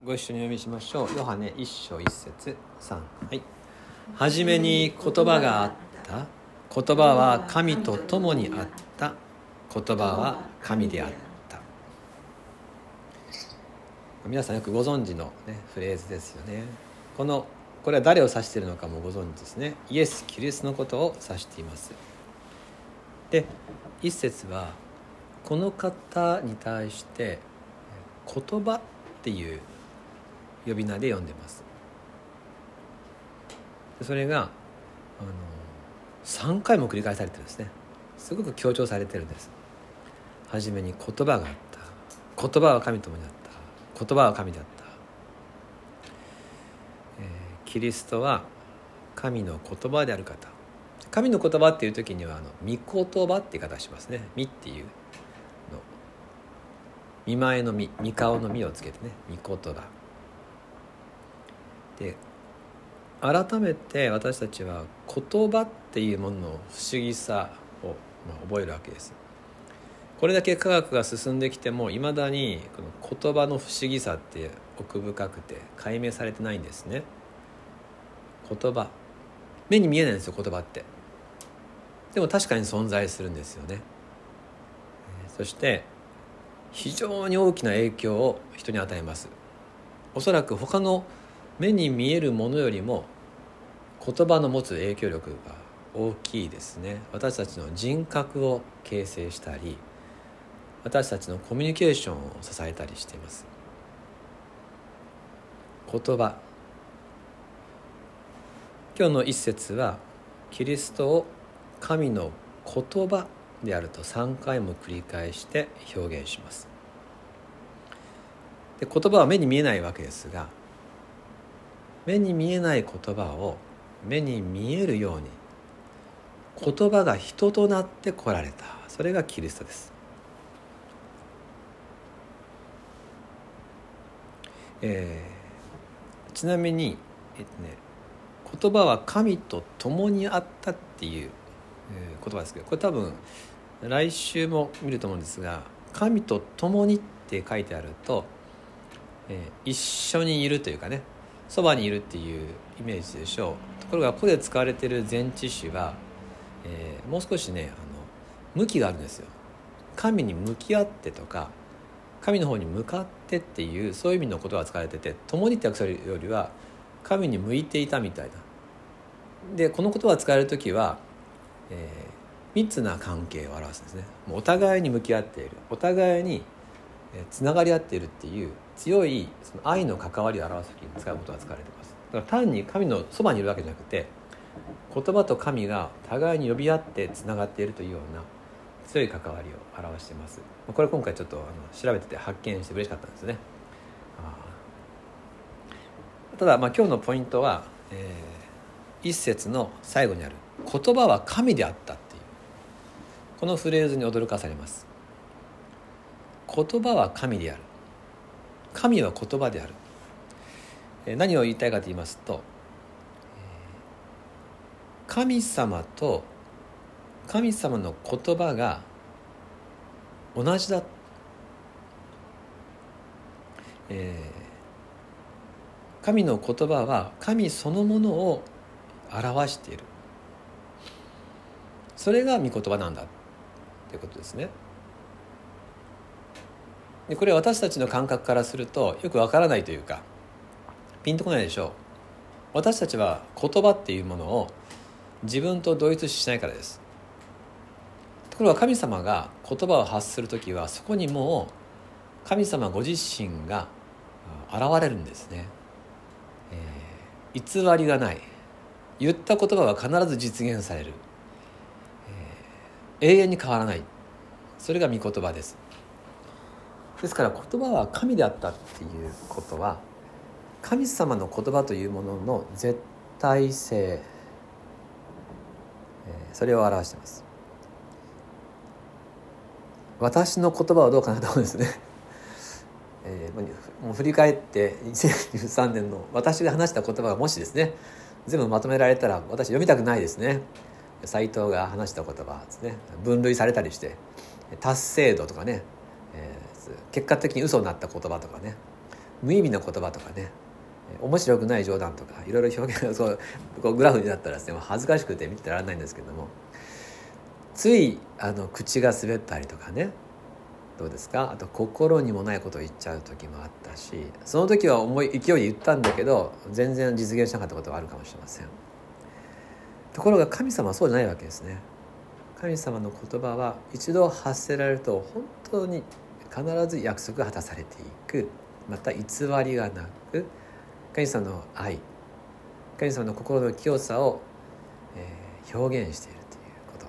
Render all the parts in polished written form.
ご一緒にお読みしましょう。ヨハネ一章一節3。はい。はじめに言葉があった。言葉は神と共にあった。言葉は神であった。皆さんよくご存知の、フレーズですよね。これは誰を指しているのかもご存知ですね。イエス・キリストのことを指しています。で、一節はこの方に対して言葉っていう呼び名で呼んでます。それが3回も繰り返されてるんですね。すごく強調されてるんです。はじめに言葉があった。言葉は神と共にあった。言葉は神であった。キリストは神の言葉である方。神の言葉っていう時には御言葉って言い方しますね。御っていう見前の御顔の御をつけてね、御言葉で、改めて私たちは言葉っていうものの不思議さを覚えるわけです。これだけ科学が進んできてもいまだにこの言葉の不思議さって奥深くて解明されてないんですね。言葉、目に見えないんですよ、言葉って。でも確かに存在するんですよね。そして非常に大きな影響を人に与えます。おそらく他の目に見えるものよりも言葉の持つ影響力が大きいですね。私たちの人格を形成したり、私たちのコミュニケーションを支えたりしています。言葉。今日の一節はキリストを神の言葉であると3回も繰り返して表現します。で、言葉は目に見えないわけですが、目に見えない言葉を目に見えるように言葉が人となって来られた。それがキリストです。ちなみに、言葉は神と共にあったっていう、言葉ですけど、これ多分来週も見ると思うんですが、神と共にって書いてあると、一緒にいるというかね、そばにいるっていうイメージでしょう。ところがここで使われている前置詞は、もう少しね向きがあるんですよ。神に向き合ってとか神の方に向かってっていうそういう意味のことが使われてて、共にって訳するよりは神に向いていたみたいな。でこの言葉が使われるときは、密な関係を表すんですね。もうお互いに向き合っている、お互いにつながり合っているっていう強いその愛の関わりを表すときに使うことが使われています。だから単に神のそばにいるわけじゃなくて、言葉と神が互いに呼び合ってつながっているというような強い関わりを表しています。これ今回ちょっと調べてて発見して嬉しかったんですね。ただ今日のポイントは、一節の最後にある言葉は神であったっていうこのフレーズに驚かされます。言葉は神である、神は言葉である。何を言いたいかと言いますと、神様と神様の言葉が同じだ、神の言葉は神そのものを表している。それが御言葉なんだということですね。でこれは私たちの感覚からするとよくわからないというかピンとこないでしょう。私たちは言葉っていうものを自分と同一視しないからです。ところが神様が言葉を発するときはそこにもう神様ご自身が現れるんですね。偽りがない。言った言葉は必ず実現される。永遠に変わらない。それが御言葉です。ですから言葉は神であったっていうことは神様の言葉というものの絶対性、それを表しています。私の言葉はどうかなと思うんですね。もう振り返って2013年の私が話した言葉がもしですね全部まとめられたら私読みたくないですね。斉藤が話した言葉ですね、分類されたりして達成度とかね、結果的に嘘になった言葉とかね、 無意味な言葉とかね、面白くない冗談とかいろいろ表現がこうグラフになったらですね、恥ずかしくて見てられないんですけども、つい口が滑ったりとかね、どうですか、あと心にもないことを言っちゃう時もあったし、その時は勢いで言ったんだけど全然実現しなかったことはあるかもしれません。ところが神様はそうじゃないわけですね。神様の言葉は一度発せられると本当に必ず約束が果たされていく、また偽りがなく、神様の愛、神様の心の清さを、表現しているということ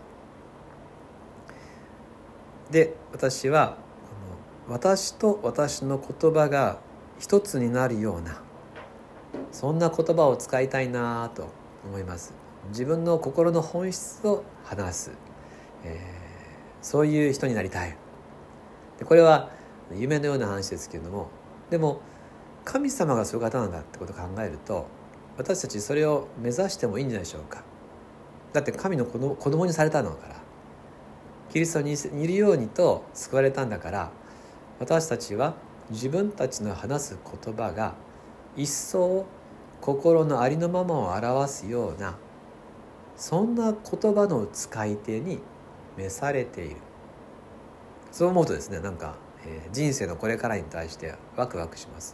で、私はこの私と私の言葉が一つになるような、そんな言葉を使いたいなと思います。自分の心の本質を話す、そういう人になりたい。でこれは夢のような話ですけれども、でも神様がそういう方なんだってことを考えると、私たちそれを目指してもいいんじゃないでしょうか。だって神の子供にされたのだから、キリストに似るようにと救われたんだから、私たちは自分たちの話す言葉が一層心のありのままを表すような、そんな言葉の使い手に召されている。そう思うとですね、なんか、人生のこれからに対してワクワクします。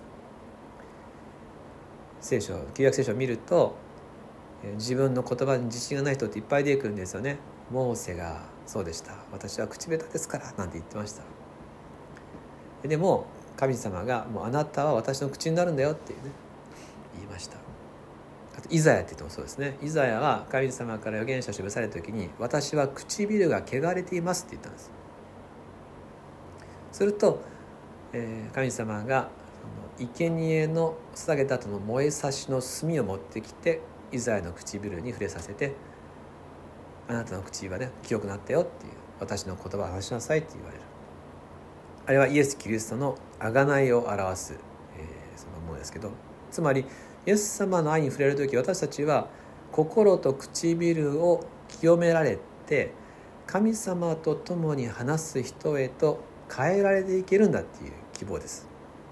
旧約聖書を見ると、自分の言葉に自信がない人っていっぱい出てくるんですよね。モーセがそうでした。私は口下手ですからなんて言ってました。でも神様がもうあなたは私の口になるんだよっていうね、言いました。あとイザヤって言ってもそうですね。イザヤは神様から預言者を示された時に、私は唇が汚れていますって言ったんです。すると、神様が生贄の捧げた後の燃えさしの炭を持ってきて、イザヤの唇に触れさせて、あなたの口はね清くなったよっていう、私の言葉を話しなさいって言われる。あれはイエス・キリストの贖いを表す、そのものですけど、つまりイエス様の愛に触れる時、私たちは心と唇を清められて、神様と共に話す人へと変えられていけるんだっていう希望です。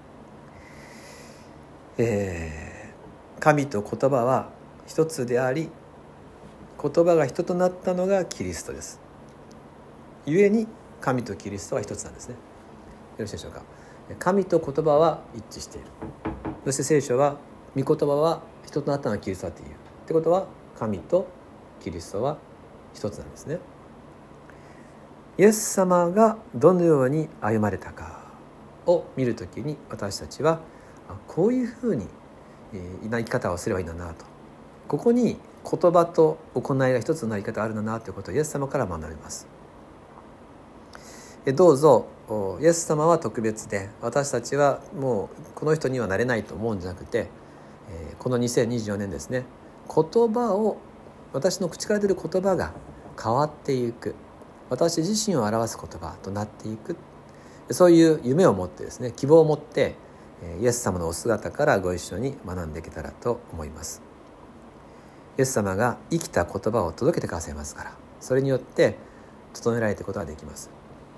神と言葉は一つであり、言葉が人となったのがキリストです。故に神とキリストは一つなんですね。よろしいでしょうか。神と言葉は一致している。そして聖書は御言葉は人となったのがキリストだという。ってことは神とキリストは一つなんですね。イエス様がどのように歩まれたかを見るときに、私たちはこういうふうに生き方をすればいいんだなと、ここに言葉と行いが一つの生き方あるんだなということをイエス様から学びます。どうぞ、イエス様は特別で、私たちはもうこの人にはなれないと思うんじゃなくて、この2024年ですね、言葉を、私の口から出る言葉が変わっていく、私自身を表す言葉となっていく、そういう夢を持ってですね、希望を持ってイエス様のお姿からご一緒に学んでいけたらと思います。イエス様が生きた言葉を届けてくださいますから、それによって整えられていくことができます。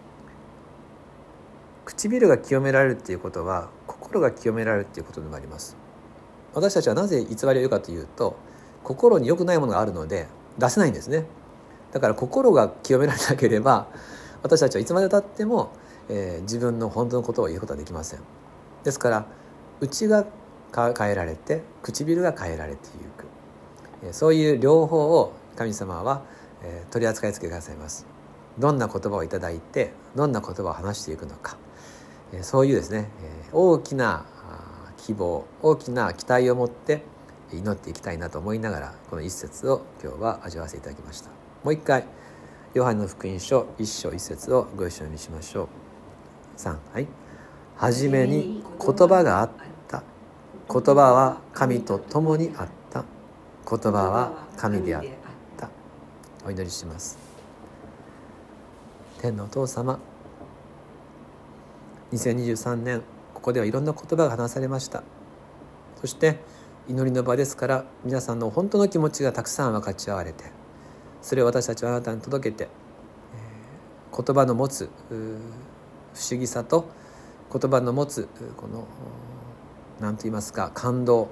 唇が清められるっていうことは、心が清められるっていうことでもあります。私たちはなぜ偽りを言うかというと、心に良くないものがあるので出せないんですね。だから心が清められなければ、私たちはいつまで経っても、自分の本当のことを言うことはできません。ですから内が変えられて、唇が変えられていく、そういう両方を神様は、取り扱いつけてくださいます。どんな言葉をいただいて、どんな言葉を話していくのか、そういうですね、大きな希望、大きな期待を持って祈っていきたいなと思いながら、この一節を今日は味わわせていただきました。もう一回ヨハネの福音書1章1節をご一緒にしましょう。3、はい。はじめに言葉があった。言葉は神と共にあった。言葉は神であった。お祈りします。天のお父様、2023年ここではいろんな言葉が話されました。そして祈りの場ですから、皆さんの本当の気持ちがたくさん分かち合われて、それを私たちはあなたに届けて、言葉の持つ不思議さと、言葉の持つこの何と言いますか感動、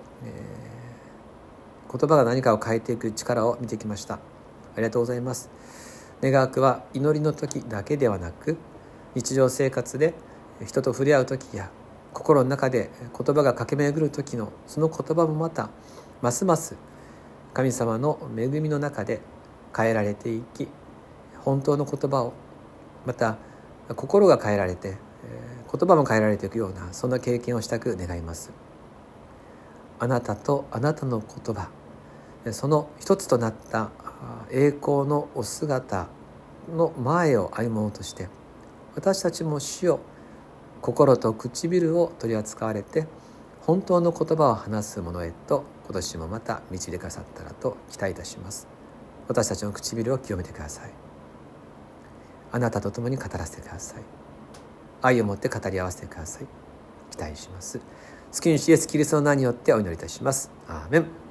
言葉が何かを変えていく力を見てきました。ありがとうございます。願わくは祈りの時だけではなく、日常生活で人と触れ合う時や心の中で言葉が駆け巡る時のその言葉もまたますます神様の恵みの中で変えられていき、本当の言葉をまた心が変えられて言葉も変えられていくような、そんな経験をしたく願います。あなたとあなたの言葉、その一つとなった栄光のお姿の前を歩もうとして、私たちも主よ、心と唇を取り扱われて本当の言葉を話す者へと今年もまた導いてくださったらと期待いたします。私たちの唇を清めてください。あなたと共に語らせてください。愛を持って語り合わせてください。期待します。救い主イエスキリストの名によってお祈りいたします。アーメン。